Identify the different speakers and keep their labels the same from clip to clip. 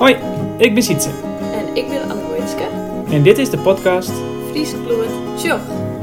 Speaker 1: Hoi, ik ben Sietse.
Speaker 2: En ik ben Anne Witske.
Speaker 1: En dit is de podcast
Speaker 2: Friese Bloed Tjoch.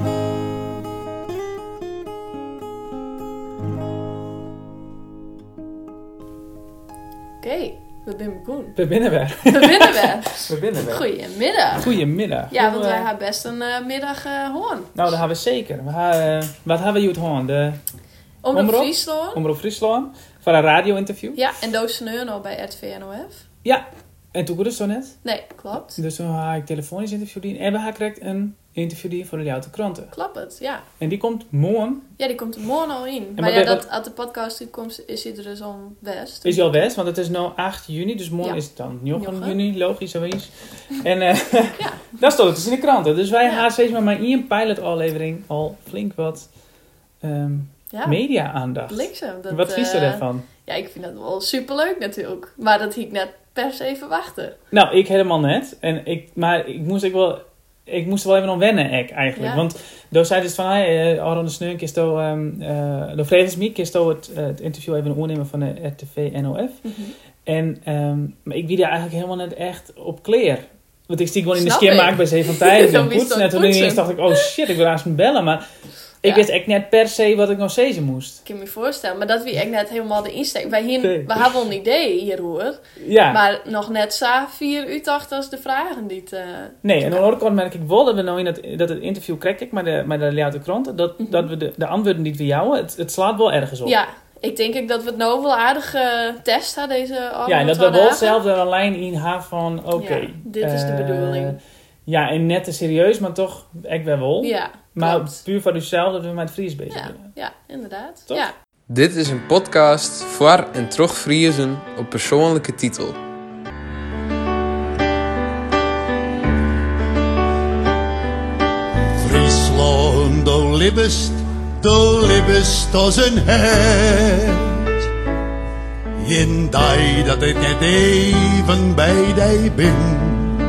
Speaker 2: Oké, we zijn begonnen.
Speaker 1: We binnen weer.
Speaker 2: We binnen weer. Goedemiddag.
Speaker 1: Goedemiddag.
Speaker 2: Ja, want wij hebben best een middag hoorn.
Speaker 1: Nou, dat hebben we zeker. Wat hebben we het hoorn? De
Speaker 2: Omroep Friesland.
Speaker 1: Omroep Friesland. Voor een radio-interview.
Speaker 2: Ja, en Doos Sneur al bij RTV NOF.
Speaker 1: Ja, en toen kon het zo net.
Speaker 2: Nee, klopt.
Speaker 1: Dus toen had ik telefonisch interview die. En we hebben direct een interview voor de Ljouwte Kranten.
Speaker 2: Klopt het, ja.
Speaker 1: En die komt morgen.
Speaker 2: Ja, die komt er morgen al in.
Speaker 1: En
Speaker 2: Maar ja, als de podcast komt, is hij er dus al best.
Speaker 1: Is hij al best, want het is nu 8 juni. Dus morgen is het dan 9 juni, logisch zoiets. En dat stond het dus in de kranten. Dus wij gaan steeds maar in een pilot-aflevering al flink wat media-aandacht.
Speaker 2: Bliksem.
Speaker 1: Wat vies er daarvan?
Speaker 2: Ja, ik vind dat wel superleuk natuurlijk. Maar dat had ik net per se verwachten.
Speaker 1: Nou, ik helemaal net. Maar ik moest er wel even aan wennen, eigenlijk. Ja. Want door zei dus van, Aron de Sneur, door Vredesmiek, kist het interview even opnemen van de RTV NOF. Mm-hmm. Maar ik wie daar eigenlijk helemaal net echt op kleer. Want ik stiek gewoon in de skiermaak bij Zee van Tijden en poetsen. En toen ineens dacht ik, oh shit, ik wil haast me bellen. Maar ik wist echt net per se wat ik nog zeggen moest.
Speaker 2: Ik kan me voorstellen, maar dat wie echt net helemaal de insteek. We hebben wel een idee hierover.
Speaker 1: Ja. Maar
Speaker 2: nog net zo 4 uur dacht als de vragen die het...
Speaker 1: Nee, en aan de andere kant merk ik wel dat we nou in dat het interview krijg ik met de Ljouwte Kranten. Dat we de antwoorden die we jouwen, het slaat wel ergens op.
Speaker 2: Ja, ik denk ook dat we het nou wel aardig test hadden deze aflevering.
Speaker 1: Ja, en dat we wel zelf er een lijn in hebben van oké.
Speaker 2: Ja, dit is de bedoeling.
Speaker 1: Ja, en net te serieus, maar toch echt wel.
Speaker 2: Ja,
Speaker 1: maar
Speaker 2: klopt.
Speaker 1: Puur voor uzelf dat we met Fries bezig zijn.
Speaker 2: Ja, inderdaad.
Speaker 1: Toch?
Speaker 2: Ja.
Speaker 3: Dit is een podcast voor en terug Friezen op persoonlijke titel.
Speaker 4: Friesland, de libbest als een hert. In die dat ik net even bij die ben.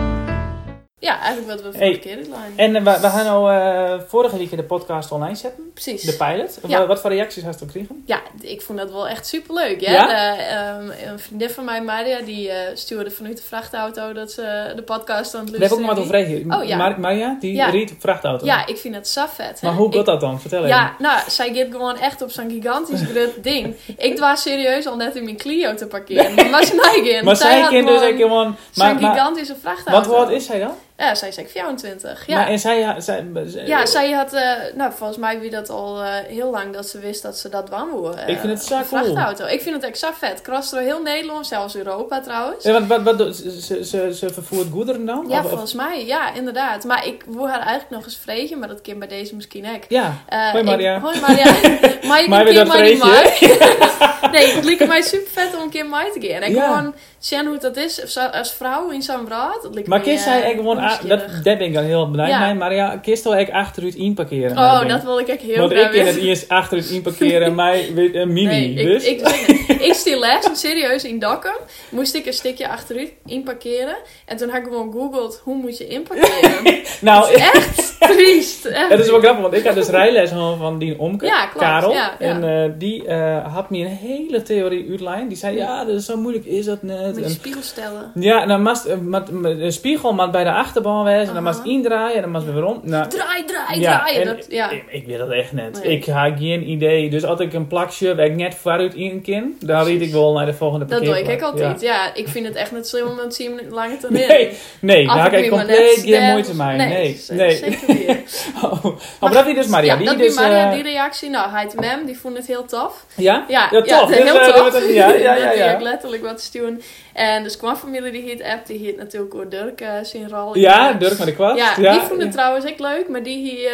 Speaker 2: Ja, eigenlijk wat we vorige keer lijn.
Speaker 1: En we gaan nou vorige week de podcast online zetten.
Speaker 2: Precies.
Speaker 1: De pilot.
Speaker 2: Ja.
Speaker 1: Wat voor reacties had je gekregen?
Speaker 2: Ja, ik vond dat wel echt superleuk. Ja?
Speaker 1: Ja?
Speaker 2: Een vriendin van mij, Maria, die stuurde vanuit de vrachtauto dat ze de podcast aan het
Speaker 1: We hebben
Speaker 2: luisteren.
Speaker 1: ook nog wat over reageren.
Speaker 2: Oh ja.
Speaker 1: Maria, die reed vrachtauto.
Speaker 2: Ja, ik vind het zo vet. Hè?
Speaker 1: Maar hoe gaat dat dan? Vertel even.
Speaker 2: Ja, nou, zij gaat gewoon echt op zo'n gigantisch groot ding. Ik was serieus al net in mijn Clio te parkeren. Maar ze neigen.
Speaker 1: Maar zij kent dus ook gewoon...
Speaker 2: Zo'n gigantische vrachtauto.
Speaker 1: Wat is zij dan?
Speaker 2: Ja, zij is 24. Ja.
Speaker 1: Maar en
Speaker 2: zij had, volgens mij wie dat al heel lang dat ze wist dat ze dat wou.
Speaker 1: Ik vind het zo cool.
Speaker 2: Vrachtauto. Ik vind het echt zo vet. Cross door heel Nederland, zelfs Europa trouwens.
Speaker 1: Ja, wat ze vervoert goederen dan?
Speaker 2: Ja, volgens mij. Ja, inderdaad. Maar ik wil haar eigenlijk nog eens vregen, maar dat kan bij deze misschien ook.
Speaker 1: Ja. Hoi Maria.
Speaker 2: Hoi Maria. Maar je kan een keer mij niet mee. Nee, het lijkt mij super vet om een keer mee te gaan. En ik gewoon zien hoe dat is als vrouw in zo'n raad.
Speaker 1: Maar kist zij gewoon... Dat ben ik dan heel benieuwd mee. Maar ja, kist wel echt achteruit inparkeren.
Speaker 2: Oh, dat wil ik echt heel graag.
Speaker 1: Want ik kan het eerst achteruit inparkeren, maar een mini.
Speaker 2: Nee,
Speaker 1: dus.
Speaker 2: Ik stil les, serieus in Dokkum. Moest ik een stukje achteruit inparkeren. En toen had ik gewoon gegoogeld, hoe moet je inparkeren?
Speaker 1: Nou,
Speaker 2: echt triest. Echt.
Speaker 1: Het is wel grappig, want ik had dus rijles van die omke, Karel.
Speaker 2: Ja.
Speaker 1: En die had me een hele theorie uitlijn. Die zei, dat is zo moeilijk is dat net.
Speaker 2: Met je spiegel stellen.
Speaker 1: Ja, dan moest een spiegel bij de achterbaan wezen. En dan moest indraaien en dan moest weer rond. Nou, draai. Ik weet dat echt net. Nee. Ik had geen idee. Dus als ik een plakje waar ik net vooruit in kan, dan rijd ik wel naar de volgende parkeerplaats.
Speaker 2: Dat doe ik altijd. Ja, ik vind het echt net slim om het 10 minuten langer te nemen.
Speaker 1: Nee, daar heb ik compleet geen moeite mee. Nee.
Speaker 2: Zeker niet.
Speaker 1: Maar dat is dus Maria.
Speaker 2: Ja, dat is Maria, die reactie. Nou, hij het mem, die vond het heel tof.
Speaker 1: Ja?
Speaker 2: Ja,
Speaker 1: tof.
Speaker 2: Heel tof.
Speaker 1: Ja.
Speaker 2: Letterlijk wat sturen. En dus kwam familie die heet app, die heet natuurlijk ook Dirk zijn rol.
Speaker 1: Ja, Dirk met de kwast.
Speaker 2: Ja, die vond het trouwens ook leuk, maar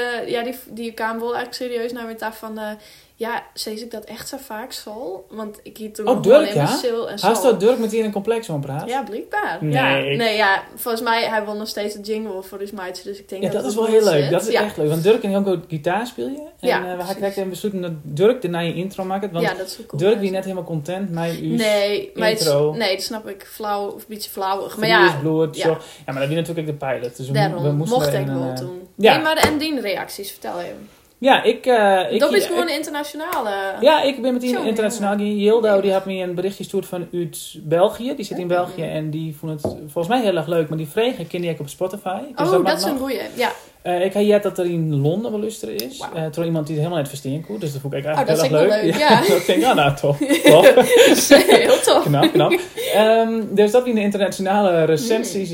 Speaker 2: die kwam wel echt serieus naar me af van... zei ik dat echt zo vaak zal? Want ik hiet toen nog
Speaker 1: Dirk,
Speaker 2: wel Sil en Sol.
Speaker 1: Hast dat Dirk met die in een complex aan praat?
Speaker 2: Ja, blijkbaar.
Speaker 1: Nee.
Speaker 2: Volgens mij, hij wil nog steeds een jingle voor his maatje, dus ik denk
Speaker 1: dat is wel heel leuk. Dat is echt leuk, want Dirk kan heel goed gitaar spelen. En we gaan krijgen besluiten dat Dirk de nieuwe intro maakt. Want
Speaker 2: dat is wel cool.
Speaker 1: Dirk die net helemaal content met uw intro.
Speaker 2: Nee, dat snap ik. Flauw, of een beetje flauwig. Maar
Speaker 1: bloed, zo. Ja, maar dat is natuurlijk ook de pilot. Dus
Speaker 2: daarom
Speaker 1: we moesten
Speaker 2: mocht ik wel doen.
Speaker 1: Ja.
Speaker 2: Nee, maar en die reacties, vertel even.
Speaker 1: Ja,
Speaker 2: dat is gewoon internationale.
Speaker 1: Ja, ik ben met die internationaal. Jildo die had me een berichtje gestuurd vanuit België. Die zit in België en die vond het volgens mij heel erg leuk. Maar die vregen ken ik op Spotify. Dus
Speaker 2: dat is een goeie, ja.
Speaker 1: Ik had jet dat er in Londen wel luisteren is.
Speaker 2: Wow.
Speaker 1: Door iemand die het helemaal net verstaan kon. Dus dat vond ik eigenlijk heel erg leuk.
Speaker 2: Ja.
Speaker 1: Ik denk, nou toch.
Speaker 2: Heel tof.
Speaker 1: Knap. Dus dat in de internationale recensies.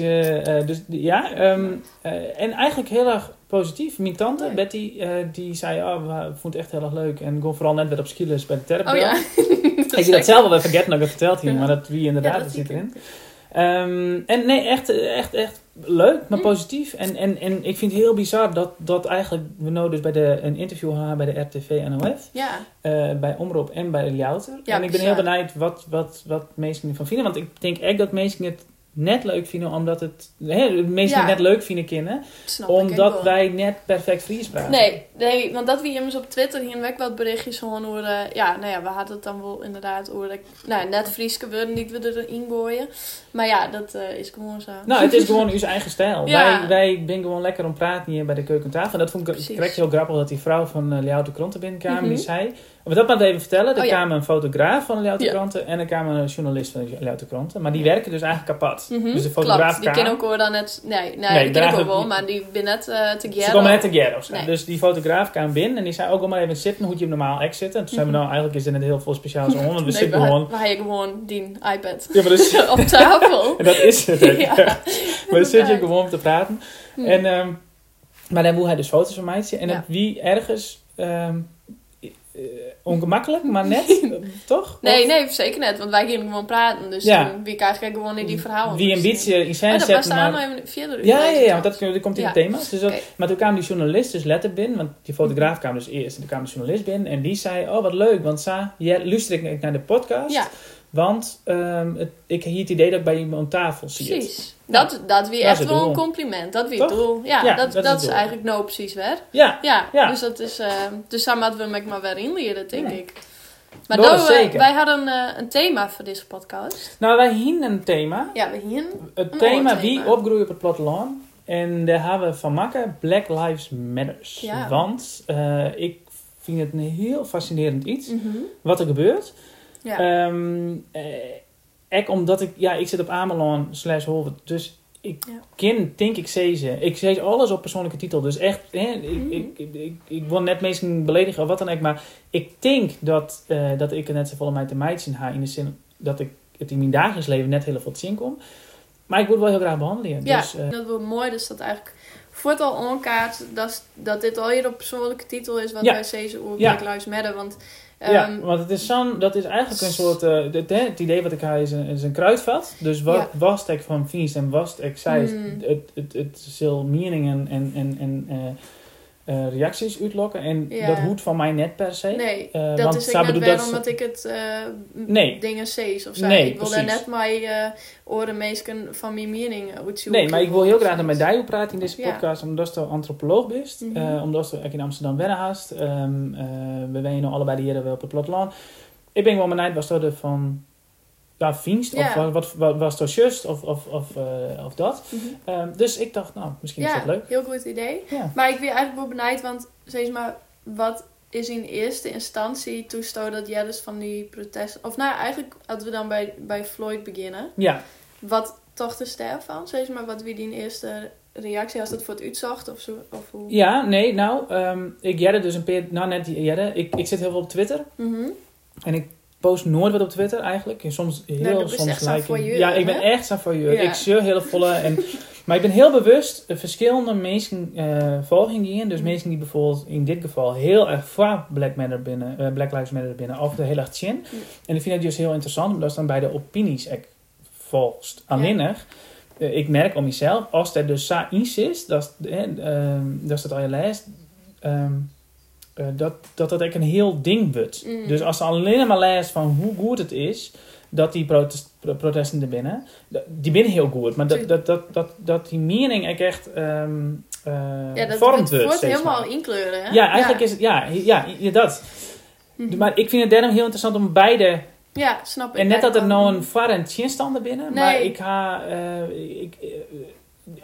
Speaker 1: En eigenlijk heel erg positief. Mijn tante, Betty, die zei, we vonden het echt heel erg leuk. En gewoon vooral net weer op skilers bij de therapeut.
Speaker 2: Ja.
Speaker 1: Ik zie dat zelf wel weer vergeten dat ik het verteld hier. Maar dat wie inderdaad, dat zit erin. En nee, echt leuk, maar positief. En ik vind het heel bizar dat eigenlijk we nou dus bij een interview hadden bij de RTV NOF.
Speaker 2: Ja.
Speaker 1: Bij Omroep en bij Ljouter.
Speaker 2: Ja,
Speaker 1: en ik ben heel benieuwd wat mensen ervan vinden. Want ik denk echt dat mensen het net leuk vinden, omdat het mensen het net leuk vinden kennen. Omdat wij net perfect Fries praten.
Speaker 2: Nee, want dat we immers op Twitter hier weg wat berichtjes gewoon over. We hadden het dan wel inderdaad over. Net Frieske woorden die we erin gooien. Maar ja, dat is gewoon zo.
Speaker 1: Nou, het is gewoon uw eigen stijl.
Speaker 2: Ja.
Speaker 1: Wij zijn gewoon lekker om praten hier bij de keukentafel. En dat vond ik direct heel grappig dat die vrouw van Ljouter Kranten binnenkwamen. Die zei, we dat maar even vertellen. Er kwam een fotograaf van de Ljouter Kranten en er kwam een journalist van de Ljouter Kranten. Maar die werken dus eigenlijk apart. Dus de fotograaf
Speaker 2: die kennen ook dan net. Nee, die kennen ook wel, maar die ben net together.
Speaker 1: Ze komen net together of zo. Nee. Dus die fotograaf kwam binnen en die zei ook al maar even zitten, hoe je normaal echt zitten. En toen zeiden we nou, eigenlijk is er net heel veel speciaals om. Want we zitten gewoon.
Speaker 2: Maar je gewoon die iPad
Speaker 1: maar
Speaker 2: op tafel.
Speaker 1: En dat is het. Maar dan zit je gewoon te praten. En, maar dan moet hij dus foto's van mij zien. En dat wie ergens ongemakkelijk, maar net, toch?
Speaker 2: Nee, zeker net. Want wij gingen gewoon praten. Dus wie krijg ik gewoon in die verhalen.
Speaker 1: Wie een beetje in zijn zetten.
Speaker 2: Maar staan we even verder.
Speaker 1: Ja, want dat komt in het thema. Dus maar toen kwam die journalist dus letter binnen. Want die fotograaf kwam dus eerst. En toen kwam de journalist binnen. En die zei, wat leuk. Want luister ik naar de podcast. Ja. Want ik heb hier het idee dat ik bij iemand aan tafel zie.
Speaker 2: Precies. Dat wie echt wel een compliment. Dat wie het doel. Ja, dat is eigenlijk nou precies waar. Ja. Dus dat is. Dus daar moeten we maar weer inleren, denk ik. Maar wij hadden een thema voor deze podcast.
Speaker 1: Nou, wij hingen een thema.
Speaker 2: Ja, we hingen
Speaker 1: het thema wie opgroeit op het platteland. En daar hebben we van maken Black Lives Matters. Ja. Want ik vind het een heel fascinerend iets. Wat er gebeurt. Ja. Ook omdat ik zit op Ameland /Holwert, dus ik ken, denk ik, ze. Ik zeg alles op persoonlijke titel, dus echt, ik wil net mensen beledigen of wat dan ook, maar ik denk dat ik er net zo volle mij te meid zien in de zin dat ik het in mijn dagelijks leven net heel veel te zien kom. Maar ik wil het wel heel graag behandelen.
Speaker 2: Ja,
Speaker 1: dus,
Speaker 2: dat wordt mooi, dus dat eigenlijk voort al aankaart dat dit al hier op persoonlijke titel is wat wij zeggen over Black Lives Matter, want
Speaker 1: want het is dat is eigenlijk een soort het idee wat ik heb is een kruidvat. Dus wat was het van Fienst en was het zei het zal meningen en reacties uitlokken. En dat hoeft van mij net per se.
Speaker 2: Nee, dat is ik net wel omdat ik het dingen zees of zo.
Speaker 1: Nee,
Speaker 2: ik wil daar net maar oren meesken van mijn mening uitzoeken.
Speaker 1: Nee, maar ik wil heel graag met jou praten in deze podcast, omdat je antropoloog bent. Omdat je in Amsterdam wennen hast. We weten allebei de heren wel op het platteland. Ik ben wel benieuwd, was dat van Fienst? Of wat was dat just? Of dat? Dus ik dacht, nou, misschien is dat leuk.
Speaker 2: Heel goed idee. Ja. Maar ik ben eigenlijk wel benieuwd, want zeg maar, wat is in eerste instantie toestaan dat jij dus van die protesten... Of nou, eigenlijk hadden we dan bij Floyd beginnen. Ja. Wat toch de ster van? Zeg maar, wat wie die eerste reactie, als dat voor het uitzocht of zo? Of hoe?
Speaker 1: Ja, nee, nou, ik jette dus een paar... Nou, net jette. Ik zit heel veel op Twitter. En ik post nooit wat op Twitter eigenlijk. En soms soms like. Ja, ik ben echt zo'n voyeur. Ja. Ik zeur heel volle maar ik ben heel bewust verschillende mensen volging in. Dus mensen die bijvoorbeeld in dit geval heel erg voor Black Lives Matter binnen of er heel erg chin. En ik vind het dus heel interessant omdat dan bij de opinies volgt. Alleenig. Ik merk om mezelf, als dat dus zo in zit, dat al je leest. Dat echt een heel ding wordt. Dus als ze alleen maar leest van hoe goed het is dat die protesten er binnen, die binnen heel goed, maar dat die mening echt vormt wordt.
Speaker 2: Dat helemaal inkleuren, hè?
Speaker 1: Ja, eigenlijk is het, dat. Maar ik vind het daarom heel interessant om beide...
Speaker 2: Ja, snap ik.
Speaker 1: En net dat er nou een var en chinstander binnen, maar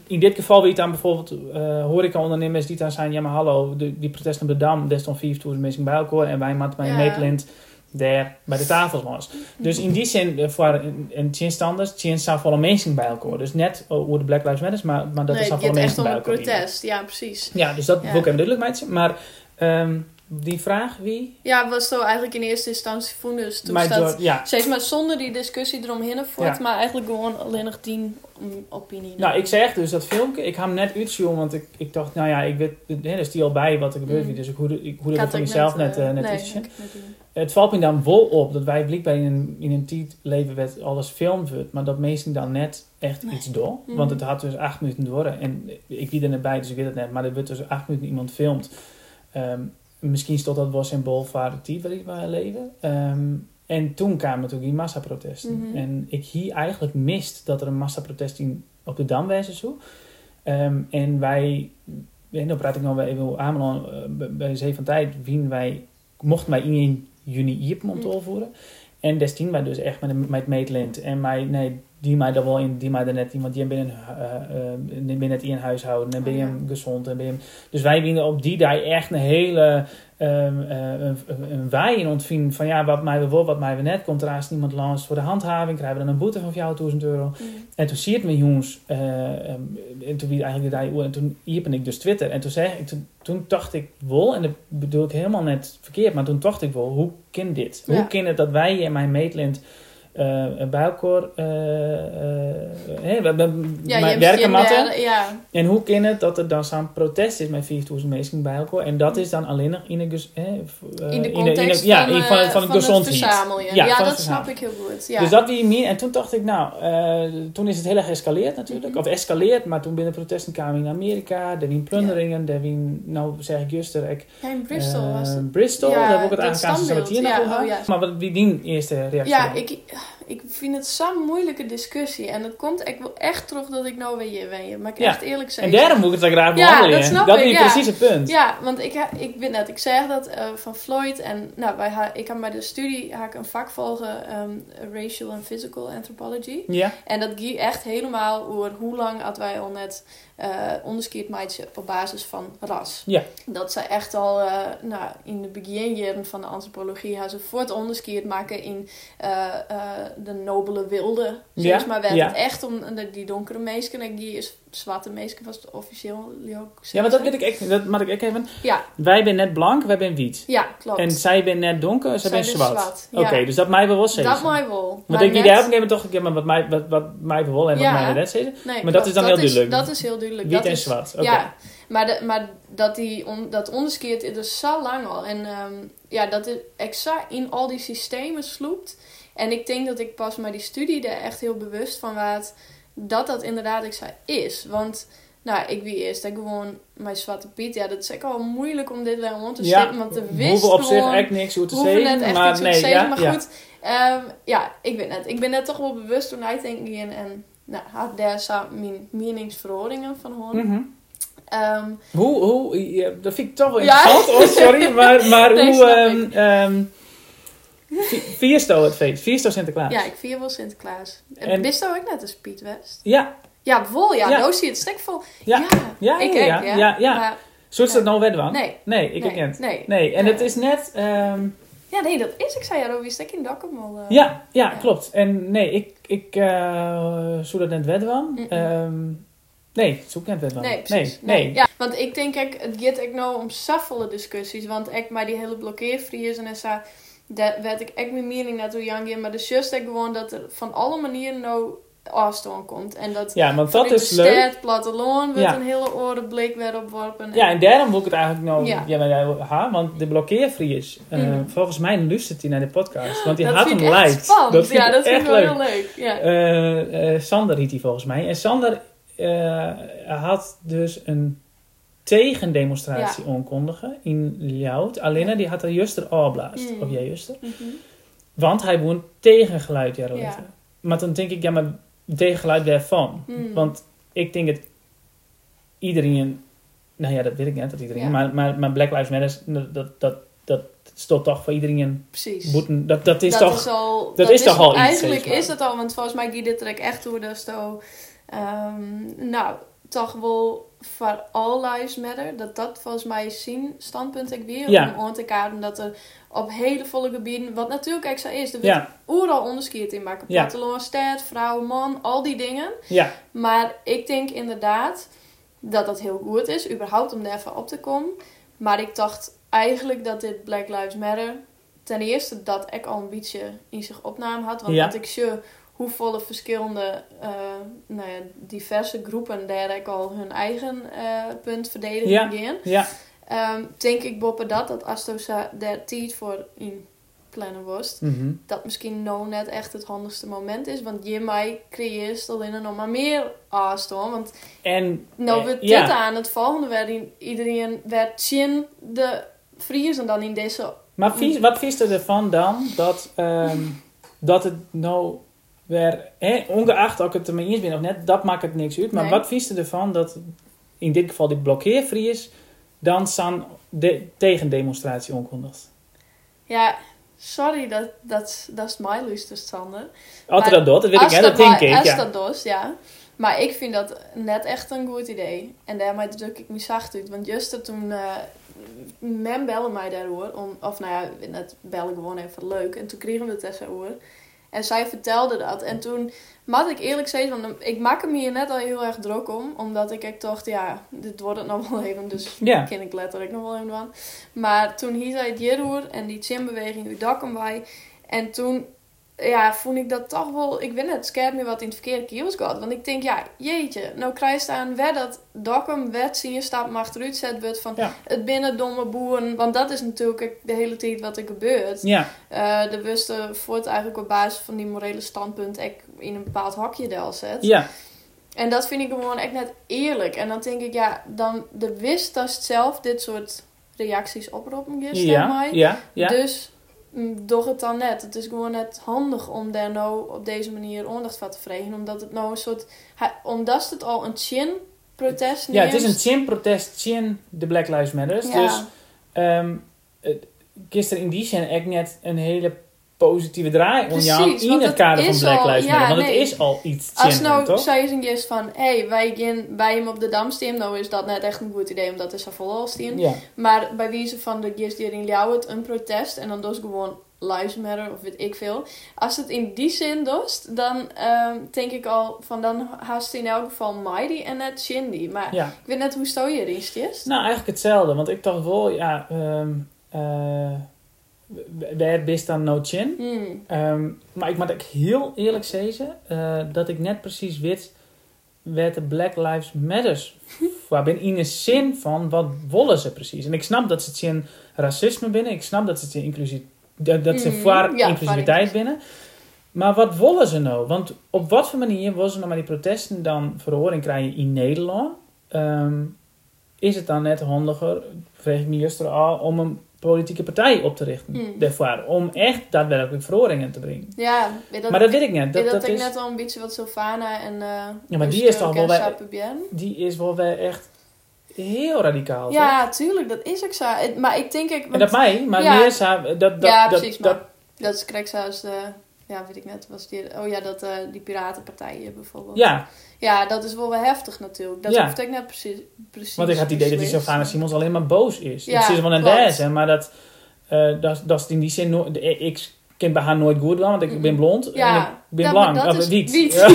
Speaker 1: in dit geval wie dan bijvoorbeeld horeca-ondernemers die dan zijn, ja maar hallo, die protesten op de Dam, daar stond 4.000 mensen bij elkaar en wij maakten bij Nederland daar bij de tafels was. Dus in die zin, voor een tjenstanders, zijn volle mensen bij elkaar. Dus net over de Black Lives Matter, maar dat is dan volle mensen bij elkaar.
Speaker 2: Protest, ja precies.
Speaker 1: Ja, dus dat wil ik even duidelijk maken. Maar die vraag, wie?
Speaker 2: Ja, was toch eigenlijk in eerste instantie vonden. Dus toen staat, zeg maar zonder die discussie eromheen voort, maar eigenlijk gewoon alleen nog die opinie.
Speaker 1: Nou, ik zeg dus dat filmpje, ik ga hem net uitzien, want ik dacht, nou ja, ik weet, er is die al bij wat er gebeurt, dus ik hoe dat van mezelf net uitzien. Het valt me dan wel op dat wij blijkbaar in een tijd leven werd alles gefilmd wordt, maar dat meesten dan net echt iets door. Want het had dus 8 minuten door en ik wie er net bij, dus ik weet het net, maar er wordt dus 8 minuten iemand filmt. Misschien stond dat wel symbool voor de tijd waarin wij leven. En toen kwamen natuurlijk die massaprotesten. En ik hier eigenlijk mist dat er een massaprotest op de Dam was en zo. En wij, dan praat ik nog wel even over Ameland, bij Zee van Tijd, mochten wij in 1 juni hier om te volvoeren. En destijds wij dus echt met het meetland. En die mij daar wel in, die mij er net iemand die ben net in huishouden en ben je gezond en ben je. Dus wij winnen op die dag echt een hele een wij in ontvingen van ja, wat mij wil, wat mij weer net komt er haast niemand langs voor de handhaving, krijgen we dan een boete van €4.000. En toen zie het me jongens en toen wie eigenlijk de dag en toen hielp ik dus Twitter en toen dacht ik wel, en dat bedoel ik helemaal net verkeerd, maar toen dacht ik wel, hoe kan dit? Hoe kan het dat wij in mijn meetland bij elkaar werken matten. En hoe kan het dat er dan zo'n protest is met 4.000 mensen bij elkaar en dat is dan alleen nog in
Speaker 2: de context van het verzamelen. Ja, dat snap ik heel goed. Ja.
Speaker 1: Dus dat wie meer en toen dacht ik toen is het heel erg geëscaleerd natuurlijk, of escaleerd, maar toen binnen protesten kwamen in Amerika, er waren plunderingen, er waren, nou zeg ik juist in
Speaker 2: Bristol was het.
Speaker 1: Bristol, daar heb ik het aangekomen hier naartoe. Maar wie die eerste reactie?
Speaker 2: Ja, ik vind het zo'n moeilijke discussie. En dat komt echt terug dat ik nou weer weet. Maar ik echt eerlijk zeggen.
Speaker 1: En daarom moet ik het graag behandelen. Dat is precies het punt.
Speaker 2: Ja, want ik weet net, ik zeg dat van Floyd. En nou, ik heb bij de studie een vak volgen, Racial and Physical Anthropology. Ja. En dat ging echt helemaal over hoe lang had wij al net onderscheid maken op basis van ras. Ja. Dat ze echt al in de beginjaren van de antropologie hebben ze voor het onderscheid maken in de nobele wilde. Zeg maar werd het echt om die donkere mensen en die is zwarte mensen was het officieel ook.
Speaker 1: Ja, maar dat weet ik echt. Dat mag ik even. Ja. Wij zijn net blank, wij zijn wit.
Speaker 2: Ja, klopt.
Speaker 1: En zij zijn net donker, zij zijn zwart. Ja. Oké, dus dat mij wel zeggen.
Speaker 2: Dat mij wel.
Speaker 1: Maar ik niet helpen toch een keer wat mij wel en wat mij net zeggen. Nee, maar dat is dan heel duidelijk.
Speaker 2: Dat is heel duidelijk.
Speaker 1: Wit en zwart. Okay.
Speaker 2: Ja. Maar dat onderscheid is dus zo lang al. En dat is exact in al die systemen sloept. En ik denk dat ik pas met die studie er echt heel bewust van was dat inderdaad is. Want ik wie eerst gewoon mijn Zwarte Piet. Ja, dat is echt al moeilijk om dit wel te zitten. Want de wist
Speaker 1: hoeven op zich echt niks hoe te zeggen.
Speaker 2: Maar goed. Ik weet net. Ik ben net toch wel bewust toen uitdenken en had daar zo mijn meningsverhoringen van horen.
Speaker 1: Dat vind ik toch wel interessant. Oh, sorry, maar hoe viersto het feest? Viersto Sinterklaas?
Speaker 2: Ja, ik vier wel Sinterklaas. En wist ook net als Piet West?
Speaker 1: Ja.
Speaker 2: Ja, vol. Ja, nou zie je het stek vol. Ja.
Speaker 1: Zo is dat nou wet van?
Speaker 2: Nee,
Speaker 1: ik herkent. Nee. En het is net...
Speaker 2: Ja, nee, dat is. Ik zei ja, wie stek in Dokkum al.
Speaker 1: Ja, klopt. En nee, ik zou dat net wet van. Nee, zoek net wet van.
Speaker 2: Nee, precies. Nee. Ja, want ik denk, het gaat ook nou om saffele discussies. Want ik maar die hele blokkeervrieën en zo... Daar werd ik echt mijn mening naartoe jangen. Maar de just ik gewoon dat er van alle manieren nou afstand komt. En dat
Speaker 1: want dat is leuk.
Speaker 2: Het platteland wordt een hele orenblik weer opworpen.
Speaker 1: Ja, en daarom wil ik het eigenlijk nou... want de blokkeervries, volgens mij luistert hij naar de podcast. Want die had hem liked.
Speaker 2: Dat vind ik echt wel heel leuk. Ja.
Speaker 1: Sander heet hij volgens mij. En Sander had dus een tegendemonstratie aankondigen in Ljout. Alleen die had er juster afblaast. Of jij juster. Want hij woont tegen geluid jaren later. Maar dan denk ik, maar tegen geluid waarvan? Want ik denk dat iedereen... Nou ja, dat weet ik net, dat iedereen... Maar Black Lives Matter, dat stond toch voor iedereen...
Speaker 2: Precies.
Speaker 1: Dat is toch al iets.
Speaker 2: Eigenlijk is dat al, want volgens mij gaat dit er echt toe dat zo... toch wel voor all lives matter. Dat volgens mij zijn standpunt ik weer. Ja. Om aan te kaarten dat er op hele volle gebieden, wat natuurlijk ook zo is, er wordt overal onderscheid in maken. Platteland, stad, vrouw, man, al die dingen.
Speaker 1: Ja.
Speaker 2: Maar ik denk inderdaad dat dat heel goed is, überhaupt om daar even op te komen. Maar ik dacht eigenlijk dat dit Black Lives Matter ten eerste dat ik al een beetje in zich opname had. Want dat ik zie hoeveel verschillende diverse groepen daar ik al hun eigen punt verdedigen gaan.
Speaker 1: Ja.
Speaker 2: Denk ik boppen dat als je daar tijd voor in plannen was, dat misschien nou net echt het handigste moment is. Want je mij creëert alleen nog maar meer aanstaan. Want nou wordt dit aan het volgende waarin iedereen werd zien de Friesen dan in deze.
Speaker 1: Maar wat vies je ervan dan dat het nou weer, ongeacht of ik het ermee eens ben of net, dat maakt het niks uit. Maar wat vies je ervan dat in dit geval die blokkeervries dan zo'n tegendemonstratie onkondigt?
Speaker 2: Ja, sorry, dat is mijn luister, Sander.
Speaker 1: Als je dat doet, dat weet ik, dat denk ik.
Speaker 2: Als dat doet, ja. Maar ik vind dat net echt een goed idee. En daarmee druk ik me zacht uit. Want juist toen men belde mij daarover. Net bellen gewoon even leuk. En toen kregen we het tussenuur. En zij vertelde dat. En toen, moet ik eerlijk zeggen, want ik maak me hier net al heel erg druk om. Omdat ik dacht, dit wordt het nog wel even. Dus ken ik letterlijk nog wel even aan. Maar toen hier zei het hierover en die chinbeweging uit Dokkum bij. En toen, vond ik dat toch wel, ik weet net, het scherp me wat in het verkeerde kiels gaat. Want ik denk, jeetje, nou krijg je aan waar dat Dokkum wet zien je stap maar achteruit zet wordt van het binnen domme boeren. Want dat is natuurlijk de hele tijd wat er gebeurt.
Speaker 1: Ja.
Speaker 2: De wuste voort eigenlijk op basis van die morele standpunt ik in een bepaald hokje deel zet.
Speaker 1: Ja.
Speaker 2: En dat vind ik gewoon echt net eerlijk. En dan denk ik, dan de wist dat het zelf dit soort reacties oproepen is.
Speaker 1: Ja.
Speaker 2: Dus doe het dan net. Het is gewoon net handig om daar nou op deze manier aandacht van te vregen. Omdat het nou een soort, omdat het al een chin-protest neemt.
Speaker 1: Ja, het is een chin-protest, chin de Black Lives Matter. Ja. Dus gisteren in die zin echt net een hele positieve draai om jou in het kader van Black Lives Matter. Want het is al iets chin,
Speaker 2: als nou
Speaker 1: toch?
Speaker 2: zei ze eens van, wij gaan bij hem op de Dam staan, nou is dat net echt een goed idee, omdat het zo vol staan.
Speaker 1: Ja.
Speaker 2: Maar bij wijze van de gist hier in Ljouwert een protest, en dan dus gewoon Lives Matter, of weet ik veel. Als het in die zin doet, dan denk ik al van, dan haast in elk geval Mighty en net Shindy. Maar ik weet net hoe stel je erin stist.
Speaker 1: Nou, eigenlijk hetzelfde, want ik dacht wel, waar is dan no chin? Maar ik moet ook heel eerlijk zeggen dat ik net precies weet waar de Black Lives Matters waar ben in de zin van wat willen ze precies. En ik snap dat ze het in racisme binnen, ik snap dat ze het in inclusiviteit binnen. Maar wat willen ze nou? Want op wat voor manier willen ze nou maar die protesten dan verhoring krijgen in Nederland? Is het dan net handiger, vreeg ik me juist al, om een politieke partij op te richten daarvoor, om echt daadwerkelijk verhoringen te brengen.
Speaker 2: Ja,
Speaker 1: maar dat weet ik net.
Speaker 2: Dat is net al een beetje wat Sylvana en
Speaker 1: maar die is toch wel die is wel weer echt heel radicaal.
Speaker 2: Ja,
Speaker 1: toch?
Speaker 2: Tuurlijk, dat is ook zo. Maar ik denk ik.
Speaker 1: En dat mij, maar meer zo
Speaker 2: precies. Dat is correct zoals weet ik net, was die die piratenpartijen bijvoorbeeld. Ja, dat is wel weer heftig natuurlijk. Dat hoeft ik net precies.
Speaker 1: Want ik had het idee dat die Sylvana Simons alleen maar boos is. Ja, het is wel een deze, maar dat is in die zin ik ken bij haar nooit goed doen, want ik ben blond en ik ben blank.
Speaker 2: Maar dat is
Speaker 1: wit.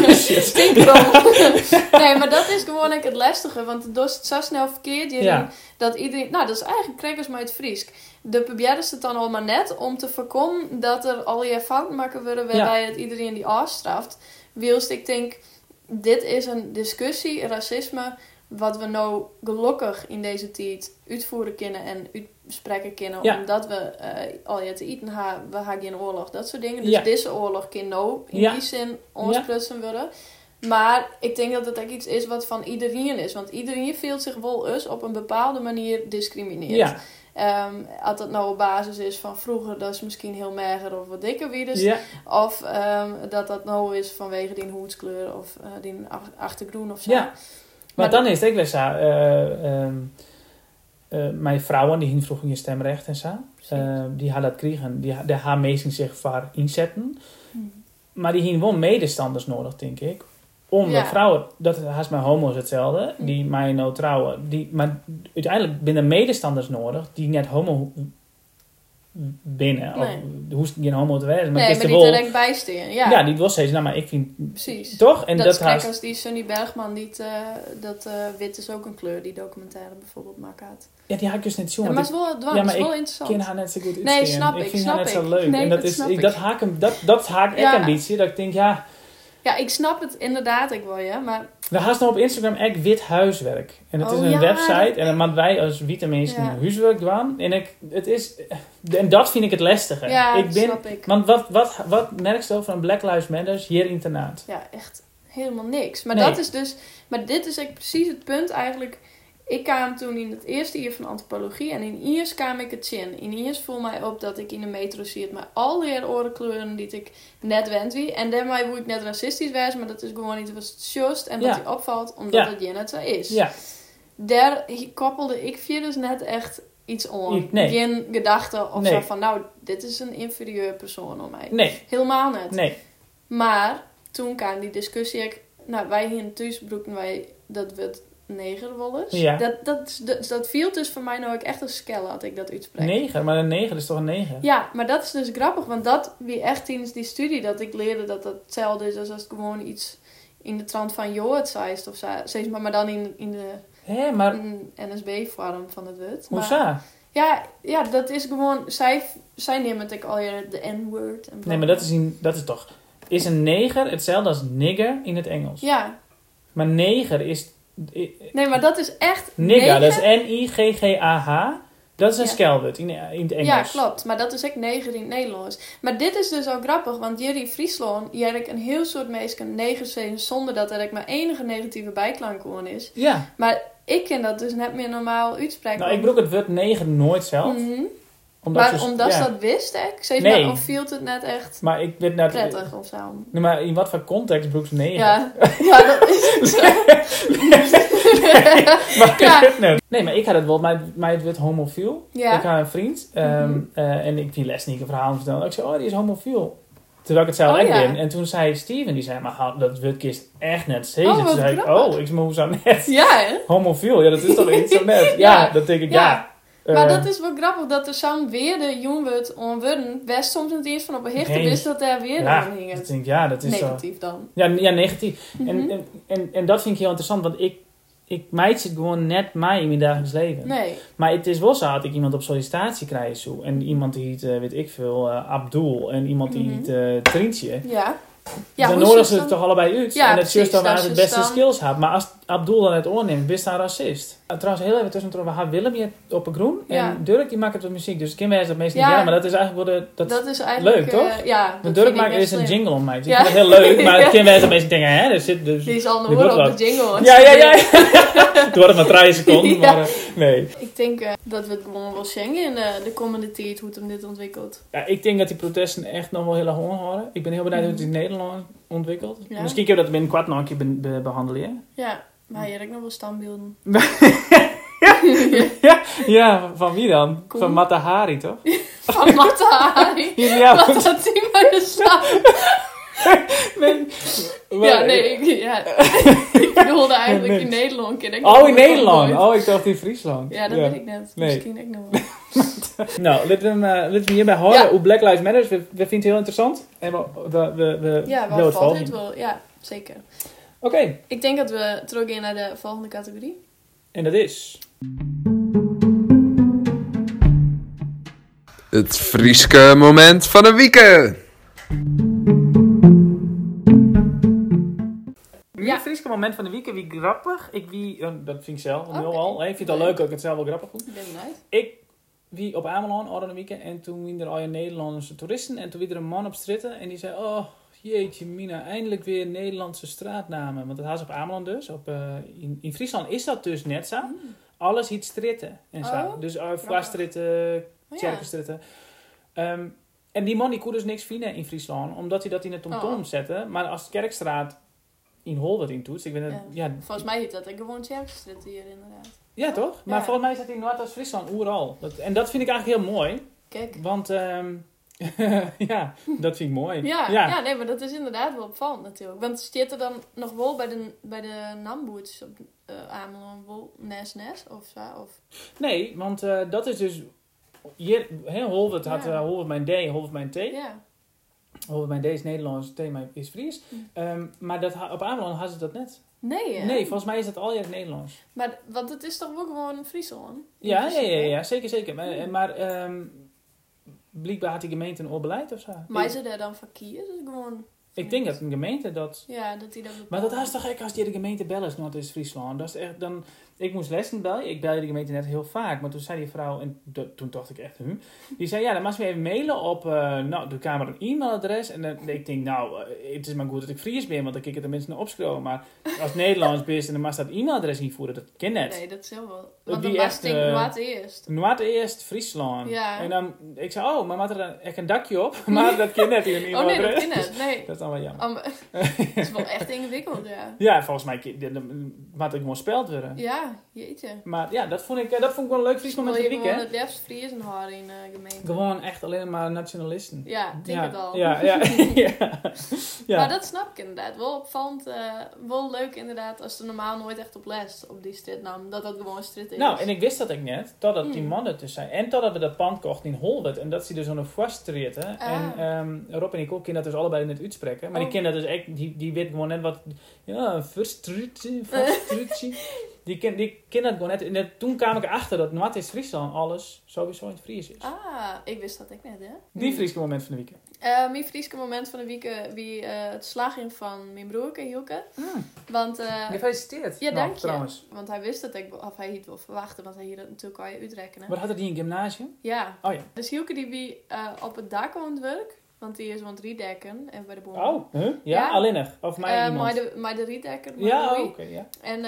Speaker 2: Nee, maar dat is gewoon het lastige, want het is zo snel verkeerd dat iedereen, dat is eigenlijk krijgers maar het Friesk. De probeerde het dan al maar net om te voorkomen dat er al je fouten maken worden waarbij het iedereen die afstraft. Wilst ik denk, dit is een discussie, racisme, wat we nou gelukkig in deze tijd uitvoeren kunnen en uitspreken kunnen, omdat we al je te eten hebben, we hebben geen oorlog, dat soort dingen. Dus deze oorlog kan nou in die zin onsprutsen worden. Maar ik denk dat het ook iets is wat van iedereen is, want iedereen voelt zich wel eens op een bepaalde manier discrimineerd. Ja. Als dat nou op basis is van vroeger, dat is misschien heel mager of wat dikker wie dus. Ja. Of dat nou is vanwege die hoedskleur of die achtergroen of zo. Ja.
Speaker 1: Maar dan is het ook weer zo. Mijn vrouwen die hadden vroeger je stemrecht en zo. Die hadden dat kregen. Die haar meesting zich voor inzetten. Maar die hadden wel medestanders nodig, denk ik. Omdat vrouwen, dat haast mijn homo's hetzelfde, die mij nou trouwen. Maar uiteindelijk binnen medestanders nodig die net homo binnen. Nee. Of hoeft geen homo te wezen. Maar
Speaker 2: die direct bijstehen. Ja,
Speaker 1: die was steeds, maar ik vind...
Speaker 2: Precies.
Speaker 1: Toch? En
Speaker 2: dat is kijk als die Sunny Bergman niet... wit is ook een kleur, die documentaire bijvoorbeeld maakt.
Speaker 1: Ja, die had ik dus net zo.
Speaker 2: Ja, maar het is wel dwang, het is wel interessant.
Speaker 1: Ik ken haar net zo goed
Speaker 2: Nee, snap ik.
Speaker 1: Ik vind haar net zo leuk.
Speaker 2: Nee,
Speaker 1: en dat haak ik ambitie. Dat ik denk, ja...
Speaker 2: Ja, ik snap het inderdaad, ik wil je, maar...
Speaker 1: We gaan nou op Instagram echt wit huiswerk. En het is een website. En dan moeten wij als witte mensen huiswerk doen. En dat vind ik het lastige.
Speaker 2: Ja, snap ik.
Speaker 1: Want wat merk je van Black Lives Matter hier internaat?
Speaker 2: Ja, echt helemaal niks. Maar dat is dus... Maar dit is echt precies het punt eigenlijk... Ik kwam toen in het eerste jaar van antropologie en in Iers kwam ik het zien. In Iers voel mij op dat ik in de metro zie maar al die orenkleuren die ik net wend wie. En daarmee moet ik net racistisch wezen, maar dat is gewoon niet wat het just en dat die opvalt, omdat het je net zo is. Ja. Daar koppelde ik via dus net echt iets aan. Geen gedachte of zo van, nou, dit is een inferieur persoon om mij. Nee. Helemaal net. Nee. Maar toen kwam die discussie, wij hier in Thuisbroeken, dat we het negerwollers. Ja. Dat viel dus voor mij nou ook echt een skelle had ik dat uitspreek.
Speaker 1: Neger? Maar een neger is toch een neger?
Speaker 2: Ja, maar dat is dus grappig. Want dat wie echt tijdens die studie dat ik leerde dat hetzelfde is als het gewoon iets in de trant van Jood zeist of zo. Zeg maar dan in de NSB-vorm van het woord.
Speaker 1: Hoezo?
Speaker 2: Ja, dat is gewoon... Zij nemen het al de N-word.
Speaker 1: Nee, maar dat is toch... Is een neger hetzelfde als nigger in het Engels?
Speaker 2: Ja.
Speaker 1: Maar neger is...
Speaker 2: Nee, maar dat is echt...
Speaker 1: Nigger, dat is N-I-G-G-A-H. Dat is een skelwoord in het Engels.
Speaker 2: Ja, klopt. Maar dat is echt neger in het Nederlands. Maar dit is dus ook grappig, want hier in Friesland... Hier heb ik een heel soort mensen neger zijn zonder dat er maar enige negatieve bijklank gewoon is. Ja. Maar ik ken dat dus net meer normaal uitspreken.
Speaker 1: Nou, ik broek het woord neger nooit zelf.
Speaker 2: Mm-hmm. Omdat ze dat wist, ik. Of viel het net echt
Speaker 1: maar ik weet net,
Speaker 2: prettig of zo?
Speaker 1: Nee, maar in wat voor context broek ze neger?
Speaker 2: Ja, dat is het zo.
Speaker 1: Nee, maar ik had het wel, mij het werd homofiel. Ja. Ik had een vriend. En ik die les niet een verhaal vertellen. Ik zei, die is homofiel. Terwijl ik het zelf ben. En toen zei Steven, die zei, maar dat wordt kist echt net steeds. Toen zei ik, ik hoe zo net?
Speaker 2: Ja, hè?
Speaker 1: Homofiel, ja, dat is toch iets zo net? Ja, dat denk ik,
Speaker 2: maar dat is wel grappig, dat er zo'n weer de jongwoord onworden best soms niet eens van op een hichte wist dat er weer aan hing.
Speaker 1: Dat is
Speaker 2: negatief
Speaker 1: zo.
Speaker 2: Dan.
Speaker 1: Ja, negatief. Mm-hmm. En dat vind ik heel interessant, want ik meid zit gewoon net mij in mijn dagelijks leven.
Speaker 2: Nee.
Speaker 1: Maar het is wel zo dat ik iemand op sollicitatie krijg zo. En iemand die heet, weet ik veel, Abdul. En iemand die heet Trintje.
Speaker 2: Ja.
Speaker 1: Dan nodigen ze het toch allebei uit. Ja, en het is juist dat we het beste skills hebben. Maar als Abdul dan het oorneemt, is hij racist. Trouwens, heel even tussendoor, we hebben Willem hier op een groen. En Dirk die maakt het wat muziek. Dus ik ken wij dat meestal niet kennen. Maar dat is eigenlijk wel dat is eigenlijk, leuk, toch?
Speaker 2: Ja,
Speaker 1: Dirk maakt is een jingle om mij. Dus ik vind het heel leuk. Maar ik ken wij dat meestal denken, hè?
Speaker 2: Die is al een horen op de jingle.
Speaker 1: Ja. Het wordt maar 3 seconden. Maar nee.
Speaker 2: Ik denk dat we het gewoon wel zingen in de komende tijd hoe het hem dit ontwikkelt.
Speaker 1: Ja, ik denk dat die protesten echt nog wel heel erg horen. Ik ben heel benieuwd hoe het in Nederland ontwikkelt. Ja. Misschien kunnen we dat binnenkort nog een keer behandelen.
Speaker 2: Ja, maar hier heb ik nog wel standbeelden.
Speaker 1: Ja, van wie dan? Cool. Van Mata Hari, toch?
Speaker 2: Van Mata Hari? Wat had hij maar de slag? Ik bedoelde eigenlijk in Nederland.
Speaker 1: In Nederland? Ik dacht in Friesland.
Speaker 2: Ja, dat weet ik net. Nee. Misschien ik nog wel.
Speaker 1: Nou, laten we hierbij houden hoe Black Lives Matter. We vinden het heel interessant. En we
Speaker 2: valt het wel. Ja, zeker.
Speaker 1: Oké.
Speaker 2: Ik denk dat we terug gaan naar de volgende categorie.
Speaker 1: En dat is...
Speaker 3: Het Frieske moment van de week.
Speaker 1: Het Frieske moment van de week, wie grappig. Dat vind ik zelf al. Ik vind het al leuk dat ik het zelf wel grappig vond. Ik wie op Ameland al een weekend en toen waren er al je Nederlandse toeristen en toen was er een man op stritten en die zei, jeetje mina, eindelijk weer Nederlandse straatnamen. Want dat was op Ameland dus. In Friesland is dat dus net zo. Alles heet stritten en zo. Dus Vlastritten, Tjerkenstritten. En die man die kon dus niks vinden in Friesland, omdat hij dat in het TomTom zette. Maar als Kerkstraat in Holwert in toetst.
Speaker 2: Volgens mij heet dat gewoon Tjerkenstritten hier inderdaad.
Speaker 1: Ja, toch? Maar volgens mij is dat in Noord-Friesland overal. En dat vind ik eigenlijk heel mooi.
Speaker 2: Kijk.
Speaker 1: Want Ja, dat vind ik mooi.
Speaker 2: Ja, nee, maar dat is inderdaad wel opvallend natuurlijk. Want zit er dan nog wel bij de Namboets op Ameland wel Nes of zo? Of?
Speaker 1: Nee, want dat is dus... Holwert had Holwert mijn D, Holwert mijn T.
Speaker 2: Ja.
Speaker 1: Holwert mijn D is Nederlands, T is Fries. Maar op Ameland hadden ze dat net.
Speaker 2: Nee, hè?
Speaker 1: Nee, volgens mij is dat al in het Nederlands.
Speaker 2: Maar, want het is toch ook gewoon Friesland?
Speaker 1: Ja, zeker. Maar blijkbaar had die gemeente een oorbeleid of zo.
Speaker 2: Maar is het er dan verkeerd? Dus gewoon...
Speaker 1: Ik denk dat een gemeente dat...
Speaker 2: Ja, dat die dat bepaalt.
Speaker 1: Maar dat is toch gek als die de gemeente bellen is, Noord-Friesland. Dat is echt dan... Ik moest lessen bellen. Ik belde de gemeente net heel vaak. Maar toen zei die vrouw... En toen dacht ik echt... Die zei, ja, dan mag je even mailen op... de Kamer een e-mailadres. En ik denk, het is maar goed dat ik Fries ben. Want dan kan ik het tenminste naar opschrijven. Maar als Nederlands ben, dan mag dat e-mailadres invoeren. Dat ken net.
Speaker 2: Nee, dat is heel wel. Want dan was het Noord eerst.
Speaker 1: Noord eerst, Friesland.
Speaker 2: Ja.
Speaker 1: En dan... Ik zei, maar had er dan echt een dakje op? Maar dat ken net in een e-mailadres.
Speaker 2: Oh nee, dat ken net. Nee.
Speaker 1: Dat is dan wel jammer.
Speaker 2: Het is wel echt ingewikkeld, ja.
Speaker 1: Ja, volgens mij had ik gewoon speld worden.
Speaker 2: Ja, jeetje.
Speaker 1: Maar ja, dat vond ik wel een leuk Fries moment van de week, hè?
Speaker 2: Gewoon het liefst Fries en haar in gemeente.
Speaker 1: Gewoon echt alleen maar nationalisten.
Speaker 2: Ja, denk het al.
Speaker 1: Ja.
Speaker 2: Maar dat snap ik inderdaad. Wel opvallend, wel leuk inderdaad als er normaal nooit echt op les op die strit nam. Dat gewoon een strit is.
Speaker 1: Nou, en ik wist dat ik net, totdat die mannen tussen zijn. En totdat we dat pand kochten in Holwert. En dat ze dus zo'n vaststreet, hè. En Rob en ik ook kunnen dat dus allebei net uitspreken. Maar die kennen dat dus echt, die weet gewoon net wat... Ja, vaststreetje. Die ken dat gewoon net. En toen kwam ik erachter dat Noord-Friesland alles sowieso in het Fries is.
Speaker 2: Ik wist dat ik net, hè?
Speaker 1: Die Frieske moment van de week.
Speaker 2: Mijn Frieske moment van de week wie het slagen van mijn broerke Hielke. Want,
Speaker 1: gefeliciteerd.
Speaker 2: Ja, dank je.
Speaker 1: Trouwens.
Speaker 2: Want hij wist dat of hij het wil verwachten, want hij hier natuurlijk al je uitrekenen.
Speaker 1: Maar had hij een gymnasium?
Speaker 2: Ja.
Speaker 1: Oh ja.
Speaker 2: Dus Hielke die wie op het dak aan het werk. Want die is aan het rietdekken en bij de boom.
Speaker 1: Oh, ja? Alleen nog? Of mij iemand?
Speaker 2: Maar de rietdekker.
Speaker 1: Ja, oké, ja.
Speaker 2: En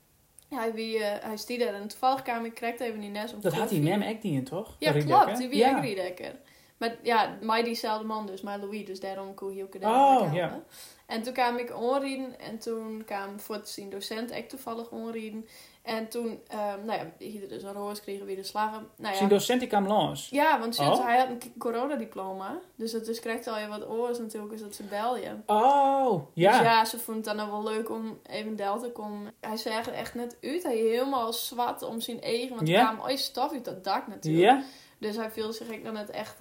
Speaker 2: hij stiet er en toevallig kwam ik krijgt even die nes om.
Speaker 1: Dat had hij nem echt niet, toch?
Speaker 2: Ja, klopt. Die wie ook rietdekker. Maar ja, mij diezelfde man dus, maar Louis, dus daarom kon Hielke daar helpen.
Speaker 1: Ja.
Speaker 2: En toen kwam ik onrieden en toen kwam voor zijn docent echt toevallig onrieden. En toen, hier dus een roos kregen weer de slagen.
Speaker 1: Zijn docent die kwam langs?
Speaker 2: Ja, want sinds hij had een coronadiploma. Dus het dus krijgt al je wat oors natuurlijk, is dat ze België.
Speaker 1: Oh, ja.
Speaker 2: Dus ja, ze vond het dan wel leuk om even Del te komen. Hij zei er echt net uit. Hij helemaal zwart om zijn eigen. Want er kwam ooit stof uit dat dak natuurlijk.
Speaker 1: Ja.
Speaker 2: Dus hij viel zich dan net echt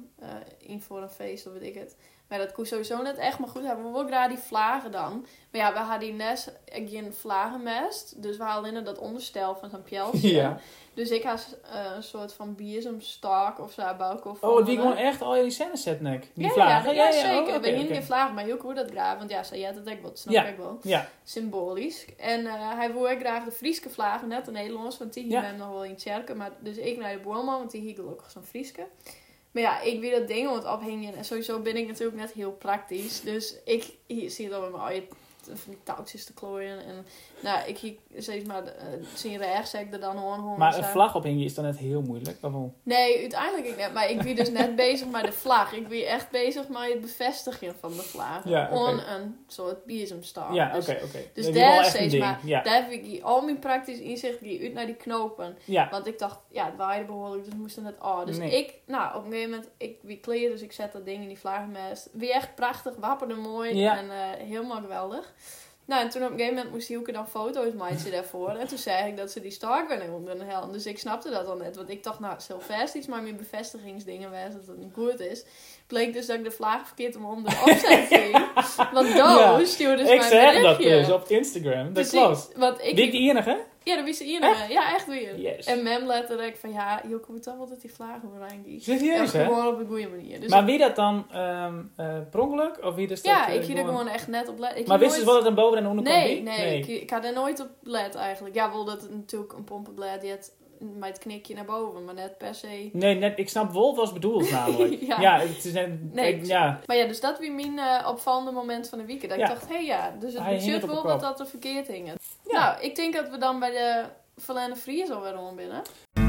Speaker 2: in voor een feest, of weet ik het. Maar dat koest sowieso net echt. Maar goed, hebben we wel graag die vlagen dan. Maar ja, we hadden die nes geen vlagenmest. Dus we hadden alleen dat onderstel van zo'n pjelsje. Ja. Dus ik had een soort van biersumstak of zo.
Speaker 1: Die gewoon echt al je scènes zetten, die
Speaker 2: vlagen?
Speaker 1: Ja,
Speaker 2: zeker. Ik ben niet geen vlagen, maar heel goed dat graag. Want ja, zei jij dat ik wat snap ik wel.
Speaker 1: Ja.
Speaker 2: Symbolisch. En hij wil ook graag de Frieske vlagen, net de Nederlands. Want die hier nog wel in het kerken. Maar dus ik naar de boerman, want die hier gelukkig zo'n Frieske. Maar ja, ik wil dat ding om het ophingen. En sowieso ben ik natuurlijk net heel praktisch. Dus ik zie het al met mijn van die touwtjes te klooien. En nou, ik steeds maar zien rechts zeg ik er dan gewoon.
Speaker 1: Maar een vlag ophingen is dan net heel moeilijk. Waarom?
Speaker 2: Nee, uiteindelijk ik net. Maar ik ben dus net bezig met de vlag. Ik ben echt bezig met het bevestigen van de vlag.
Speaker 1: Ja, okay.
Speaker 2: Een soort biersumstak.
Speaker 1: Ja, oké.
Speaker 2: Dus daar steeds maar. Daar heb ik al mijn praktisch inzicht uit naar die knopen. Ja. Want ik dacht, ja, het waaide behoorlijk. Dus moest er net Dus ik, op een gegeven moment, ik wie kleren. Dus ik zet dat ding in die vlaggenmest. Wie echt prachtig, wapperde mooi. Ja. En helemaal geweldig. Nou, en toen op een gegeven moment moest Hielke dan foto's maken daarvoor. En toen zei ik dat ze die starkwinning onder de helm. Dus ik snapte dat al net. Want ik dacht, Sylvester iets maar meer bevestigingsdingen was. Dat het niet goed is. Bleek dus dat ik de vlaag verkeerd om de opzet ging. Want Doos stuurde dus mijn berichtje.
Speaker 1: Ik zeg dat dus op Instagram. Dat klopt. Die enige?
Speaker 2: Ja, dat wist de enige. Ja, echt weer.
Speaker 1: Yes.
Speaker 2: En mem letterlijk van, Hielke moet toch wel dat die vlaag omrijden.
Speaker 1: Serieus, hè?
Speaker 2: Gewoon op een goede manier. Dus
Speaker 1: maar wie dat dan per ongeluk? Of wie dus
Speaker 2: dat, ik ging er gewoon echt net op let.
Speaker 1: Maar wisten ze wel dat het boven en onder kwam?
Speaker 2: Nee. Ik had er nooit op let eigenlijk. Ja, wel dat het natuurlijk een pompenblad die het met het knikje naar boven, maar net per se.
Speaker 1: Nee, net, ik snap wel was bedoeld namelijk. Het is
Speaker 2: Maar ja, dus dat was mijn opvallende moment van de week. Dat ik dacht, dus het budget wel dat er verkeerd hing. Ja. Nou, ik denk dat we dan bij de Verlende Vries alweer rond binnen.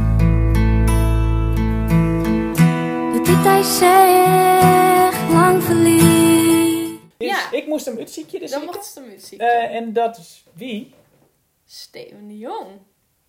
Speaker 5: De dit hij zegt, lang verliefd.
Speaker 1: Ja. Ik moest hem uitzieken. Dus
Speaker 2: dan mocht ze hem uitzieken.
Speaker 1: En dat is wie?
Speaker 2: Steven de Jong.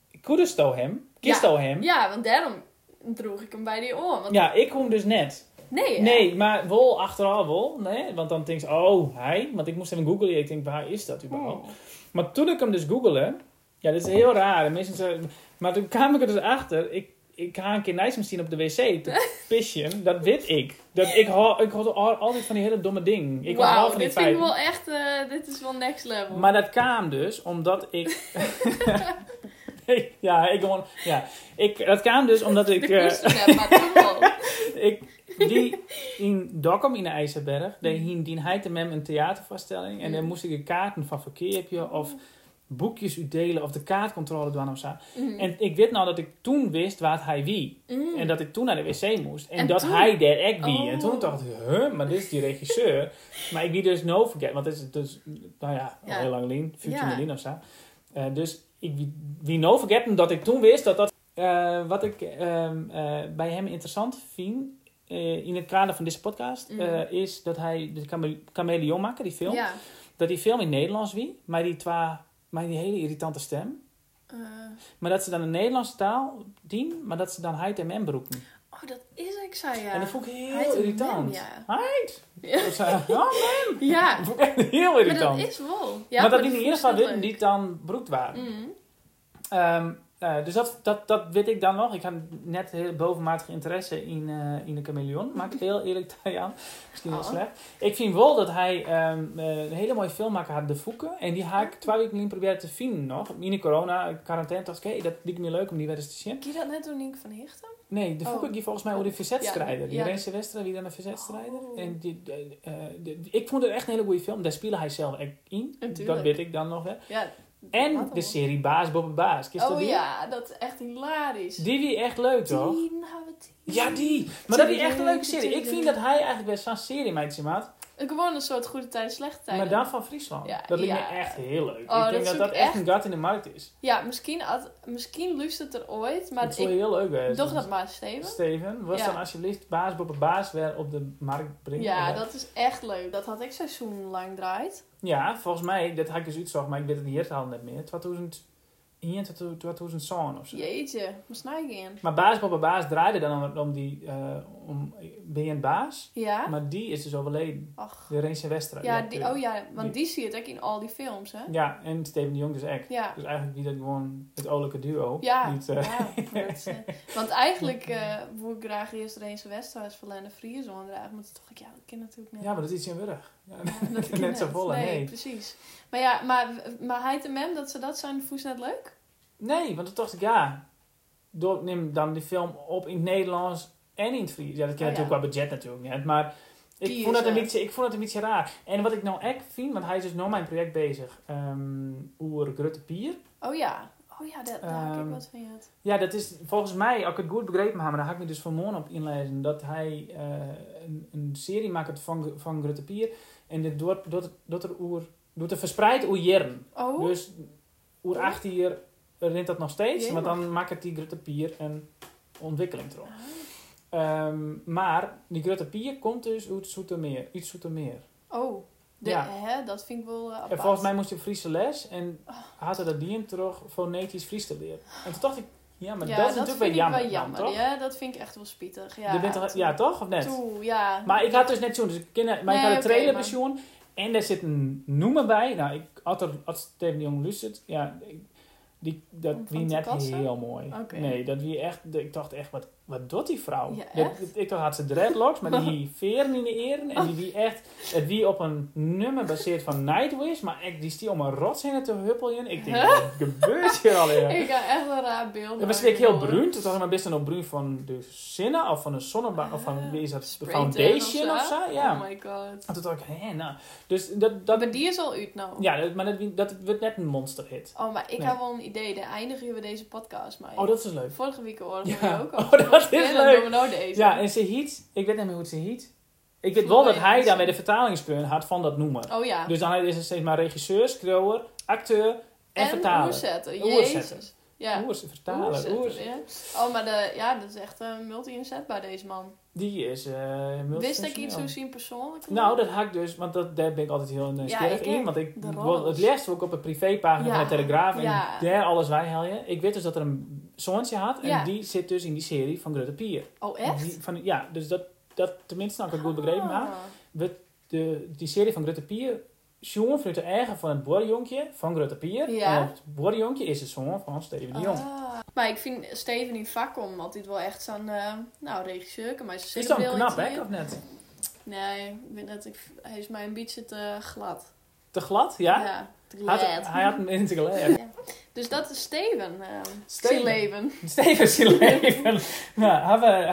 Speaker 1: Kist hem?
Speaker 2: Ja, want daarom droeg ik hem bij die oor. Want...
Speaker 1: Ja, ik kom dus net. Nee, maar wel achteraf wel. Nee, want dan denk je, hij. Want ik moest even googlen. Ik denk, waar is dat überhaupt? Maar toen ik hem dus googelde... Ja, dat is heel raar. De mensen zeggen, maar toen kwam ik er dus achter... Ik ga een keer nice zien op de wc te pissen. Dat weet ik. Ik hoor altijd van die hele domme dingen.
Speaker 2: Wauw, dit vind ik wel echt... dit is wel next level.
Speaker 1: Maar dat kwam dus omdat ik... dat kwam dus omdat ik... Die in Dokkum in de IJsselberg, die heette hem een theatervoorstelling. En daar moest ik kaarten van verkeerpje of boekjes uitdelen of de kaartcontrole doen of zo. En ik weet nou dat ik toen wist wat hij wie. En dat ik toen naar de wc moest. En dat toen... hij daar echt wie. En toen dacht ik, maar dit is die regisseur. Maar ik wie dus no forget. Want het is dus, al heel lang geleden. 15 miljoen of zo. Dus ik wie no forget dat ik toen wist dat wat ik bij hem interessant vind... in het kader van deze podcast... is dat hij de Chameleon maken, die film. Ja. Dat die film in Nederlands wie. Maar die hele irritante stem. Maar dat ze dan een Nederlandse taal dienen. Maar dat ze dan Heid en Mem beroepen.
Speaker 2: Oh, dat is ik zei ja.
Speaker 1: En dat vond ik heel irritant. Heid!
Speaker 2: Ja.
Speaker 1: Mem!
Speaker 2: Ja.
Speaker 1: Dat vond ik echt heel irritant.
Speaker 2: Maar dat is wel. Ja,
Speaker 1: maar dat in ieder geval weten die dan beroept waren. Dus dat weet ik dan nog. Ik had net heel bovenmatige interesse in de Chameleon. Maak ik heel eerlijk aan. Misschien wel slecht. Ik vind wel dat hij een hele mooie filmmaker had, De Fouke. En die had ik 2 weken geleden proberen te vinden nog. In de corona-quarantaine dacht ik, dat liep me leuk om die weer eens te zien.
Speaker 2: Ken je dat net door Nienke van Hichten?
Speaker 1: Nee, De Fouke die volgens mij over de verzetstrijder. Die Renze Westra, wie dan een verzetstrijder. En ik vond het echt een hele goede film. Daar speelde hij zelf echt in. Dat weet ik dan nog wel. Ja. En de serie Baas Bob en Baas.
Speaker 2: Ja, dat is echt hilarisch.
Speaker 1: Die wie echt leuk, toch? Ja, die. Maar dat is echt een leuke serie. Ik vind dat hij eigenlijk best zo'n serie meidje maat.
Speaker 2: Gewoon een soort goede tijden, slechte tijden.
Speaker 1: Maar dan van Friesland. Ja, dat lijkt me echt heel leuk.
Speaker 2: Oh,
Speaker 1: ik denk dat echt een gat in de markt is.
Speaker 2: Ja, misschien lust het er ooit. Maar
Speaker 1: dat zou heel leuk zijn.
Speaker 2: Doch dat maar, Steven.
Speaker 1: Was dan alsjeblieft Baas Bob en Baas weer op de markt brengen?
Speaker 2: Ja, dat is echt leuk. Dat had ik seizoenlang draait.
Speaker 1: Ja, volgens mij, dat had ik dus uitzocht, maar ik weet het hier al net meer. 2000 of zo.
Speaker 2: Jeetje, maar snij ik in.
Speaker 1: Maar Baas Bob en Baas draaide dan om die BN Baas.
Speaker 2: Ja.
Speaker 1: Maar die is dus overleden.
Speaker 2: Ach.
Speaker 1: De Renze Westra.
Speaker 2: Ja, want die zie je het ook in al die films, hè?
Speaker 1: Ja, en Steven de Jong dus echt.
Speaker 2: Ja.
Speaker 1: Dus eigenlijk wie dat gewoon het oorlijke duo.
Speaker 2: Ja, want eigenlijk wil ik graag eerst Renze Westra als Verlende Vries onderdragen. Maar toch, dat ken natuurlijk net.
Speaker 1: Ja, maar dat is iets in Wurg. Ja,
Speaker 2: dat is
Speaker 1: net zo vol. Nee,
Speaker 2: precies. Maar ja, maar Heid en Mem, dat ze dat zijn, voest net leuk?
Speaker 1: Nee, want toen dacht ik, neem dan die film op in het Nederlands en in het Fries. Ja, dat ken natuurlijk qua budget natuurlijk niet. Maar ik vond het een beetje raar. En wat ik nou echt vind, want hij is dus nou mijn project bezig. Over Grutte Pier.
Speaker 2: Oh ja, daar heb ik wat van je.
Speaker 1: Ja, dat is volgens mij, als ik het goed begrepen heb, maar daar ga ik me dus vanmorgen op inlezen, dat hij een serie maakt van Grutte Pier. En dit doet er verspreid over jaren.
Speaker 2: Oh.
Speaker 1: Dus over 8 jaar rent dat nog steeds, maar dan maakt het die Grutte Pier een ontwikkeling terug. Maar die Grutte Pier komt dus uit Zoetermeer.
Speaker 2: Oh, dat vind ik wel apart.
Speaker 1: En volgens mij moest je op Friese les en had hij dat diem terug fonetisch Fries te leren. En toen dacht ik, maar dat is natuurlijk wel jammer.
Speaker 2: Toch? Ja, dat vind ik echt wel spietig.
Speaker 1: Ja, toch? Of net?
Speaker 2: Ja.
Speaker 1: Maar ik had dus net zo'n, dus ik had een trailerpensioen en daar zit een noemer bij. Nou, als Steven de Jong luistert, dat wie net heel mooi.
Speaker 2: Okay.
Speaker 1: Nee, dat wie echt, ik dacht echt, wat doet die vrouw? Ja, ik dacht, had ze dreadlocks, maar die veren in de eren. En die wie echt, het wie op een nummer baseert van Nightwish, maar die stier om een rots heen te huppelen. Ik denk, wat gebeurt hier alweer?
Speaker 2: Ik ga echt een raar beeld.
Speaker 1: Het was heel bruin. Het was maar best nog bruin van de zinnen of van de zonnebank of van wie is dat, de foundation of zo. Ja.
Speaker 2: Oh my god.
Speaker 1: En toen dacht ik, nou. Dus dat
Speaker 2: maar die is al uit nou.
Speaker 1: Ja, maar dat wordt net een monsterhit.
Speaker 2: Oh, maar ik heb wel een idee. Dan eindigen we deze podcast maar.
Speaker 1: Oh, dat is leuk.
Speaker 2: Vorige week hoorden we ook al.
Speaker 1: Oh, dat is leuk.
Speaker 2: Nou deze.
Speaker 1: Ja, en ze heet, ik weet niet meer hoe ze heet. Ik weet wel dat hij dan weer de vertalingskunde had van dat noemer.
Speaker 2: Oh ja.
Speaker 1: Dus dan is het steeds maar regisseur, schreeuwer, acteur en vertaler.
Speaker 2: Oerzetter, jezus. Ja.
Speaker 1: Vertaler.
Speaker 2: Oh, maar dat is echt multi-inzetbaar deze man.
Speaker 1: Die is
Speaker 2: wist ik iets zo zien persoonlijk?
Speaker 1: Nou, dat had ik dus, want daar ben ik altijd heel nieuwsgierig in. Want het leest ook op een privépagina van de Telegraaf en daar alles bijhalen. Ik weet dus dat er een zoontje had en die zit dus in die serie van Grutte Pier.
Speaker 2: Oh, echt?
Speaker 1: Dus dat tenminste nog ik het goed begrepen heb, die serie van Grutte Pier jongen vanuit de eigen van het boerjonkje van Grutte Pier.
Speaker 2: Ja.
Speaker 1: En het boerjonkje is de zoon van Steven de Jong.
Speaker 2: Maar ik vind Steven in Vakom altijd wel echt zo'n regisseur. Maar
Speaker 1: is dat een knap, hè? Of net?
Speaker 2: Nee, ik weet net, hij is mij een beetje te glad.
Speaker 1: Te glad, ja?
Speaker 2: Ja, te glad.
Speaker 1: Hij had hem in te glad.
Speaker 2: Ja. Dus dat is Steven. Zijn leven.
Speaker 1: Steven zijn leven. Nou,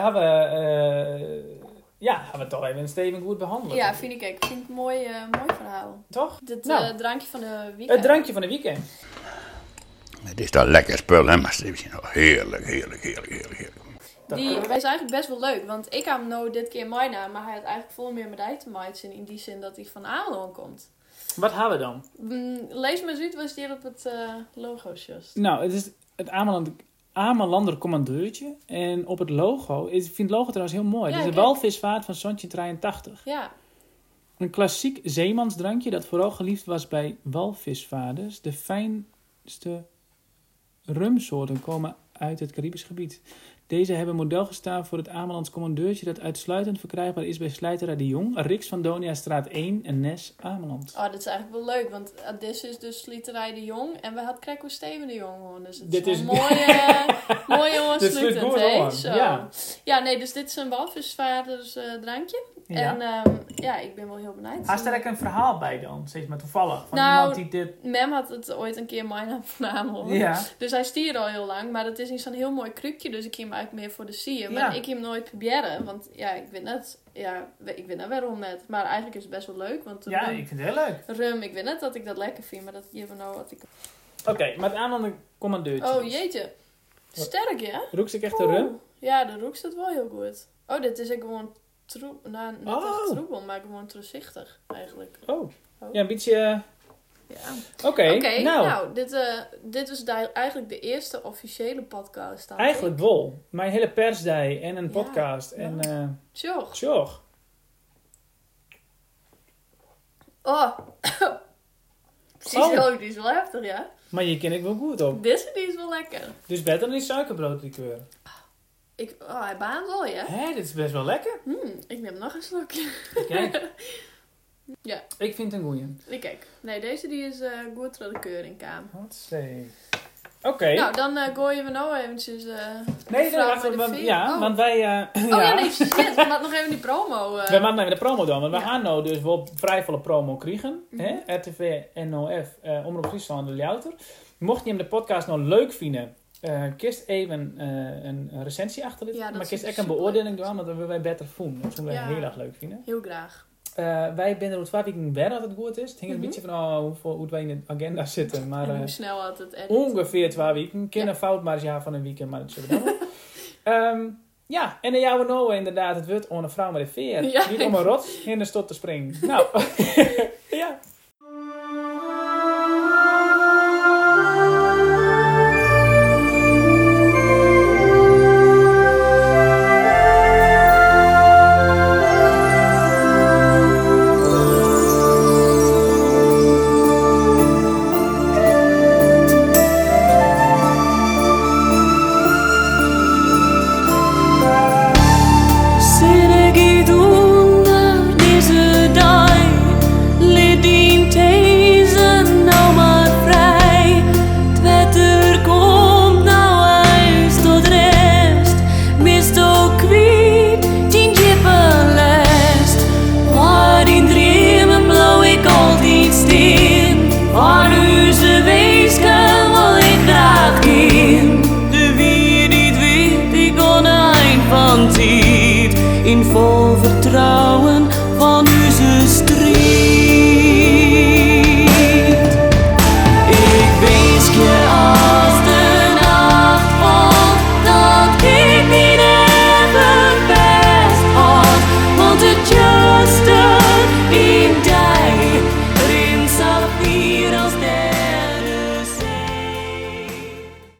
Speaker 1: hebben we toch even Steven goed behandeld.
Speaker 2: Ja, vind ik ook. Ik vind het een mooi verhaal.
Speaker 1: Toch?
Speaker 2: Dit drankje van de weekend.
Speaker 1: Het drankje van de weekend.
Speaker 4: Het is toch lekker spul, hè, maar heerlijk.
Speaker 2: Die is eigenlijk best wel leuk, want ik heb hem nou dit keer mijn naam, maar hij had eigenlijk veel meer met hij te maken in die zin dat hij van Ameland komt.
Speaker 1: Wat hebben we dan?
Speaker 2: Lees maar eens uit, was hier op het logo just.
Speaker 1: Nou, het is het Amelander commandeurtje. En op het logo, ik vind het logo trouwens heel mooi.
Speaker 2: Ja,
Speaker 1: het is de walvisvaart van 1983.
Speaker 2: Ja.
Speaker 1: Een klassiek zeemansdrankje dat vooral geliefd was bij walvisvaarders. De fijnste rumsoorten komen uit het Caribisch gebied. Deze hebben model gestaan voor het Amelands commandeurtje dat uitsluitend verkrijgbaar is bij Slijterij de Jong, Rix van Donia straat 1 en Nes, Ameland.
Speaker 2: Oh, dat is eigenlijk wel leuk, want dit is dus Slijterij de Jong en we hadden Krekko Steven de Jong gewoon. Dus het
Speaker 1: dit
Speaker 2: is een mooie ontsluitend, hè? Ja, nee, dus dit is een walvisvaarders drankje. Ja. En ik ben wel heel benieuwd.
Speaker 1: Had er een verhaal bij dan, zeg maar toevallig? Van
Speaker 2: nou,
Speaker 1: iemand die dit...
Speaker 2: Mem had het ooit een keer mijn naam van Ameland.
Speaker 1: Ja.
Speaker 2: Dus hij stier al heel lang, maar dat is niet zo'n heel mooi krukje, dus ik ging hem eigenlijk meer voor de sier. Maar ik heb hem nooit proberen, want ik weet net waarom net. Maar eigenlijk is het best wel leuk, want
Speaker 1: ik vind het heel leuk.
Speaker 2: Rum, ik weet net dat ik dat lekker vind, maar dat geven nou wat ik...
Speaker 1: Oké, maar het aanhanden commandeurtje.
Speaker 2: Oh jeetje, sterk ja?
Speaker 1: Roekt ik echt de rum?
Speaker 2: Ja, de roekt het wel heel goed. Oh, dit is gewoon net echt troebel, maar gewoon doorzichtig eigenlijk.
Speaker 1: Oh, ja, een beetje...
Speaker 2: Ja.
Speaker 1: Oké,
Speaker 2: nou dit was eigenlijk de eerste officiële podcast.
Speaker 1: Eigenlijk wel. Mijn hele persdag en een podcast.
Speaker 2: Ja.
Speaker 1: En,
Speaker 2: Tjoch. Oh. Precies, die is wel heftig, ja.
Speaker 1: Maar je ken ik wel goed op.
Speaker 2: Deze die is wel lekker.
Speaker 1: Dus beter dan die suikerbroodlikeur.
Speaker 2: Hij baant wel, ja.
Speaker 1: Hé, dit is best wel lekker.
Speaker 2: Ik neem nog een slokje.
Speaker 1: Kijk.
Speaker 2: Ja.
Speaker 1: Ik vind het een goeie.
Speaker 2: Kijk. Nee, deze die is goed voor de keuring, Kaam.
Speaker 1: Wat zei. Oké.
Speaker 2: Nou, dan gooien we nou eventjes...
Speaker 1: nee, want wij...
Speaker 2: nee, shit. We moeten nog even die promo...
Speaker 1: We moeten even de promo doen, want we gaan nou dus wel vrij volle promo krijgen. Hè? RTV, NOF, Omroep Friesland, de Ljouter. Mocht je hem de podcast nou leuk vinden... kist even een recensie achterlaten. Maar kist ook een beoordeling doen, want dan willen wij beter voelen. Dat zullen wij heel erg leuk vinden.
Speaker 2: Heel graag.
Speaker 1: Wij zijn er 2 weken weer dat het goed is. Het hing een beetje van hoe wij in de agenda zitten. Maar,
Speaker 2: en hoe snel had het edit.
Speaker 1: Ongeveer 2 weken. Ken een fout maar van een weekend, maar dat zullen we dan wel. En dan jouw nou inderdaad het wordt een vrouw met een veer. Niet om een rot in de stot te springen. Nou,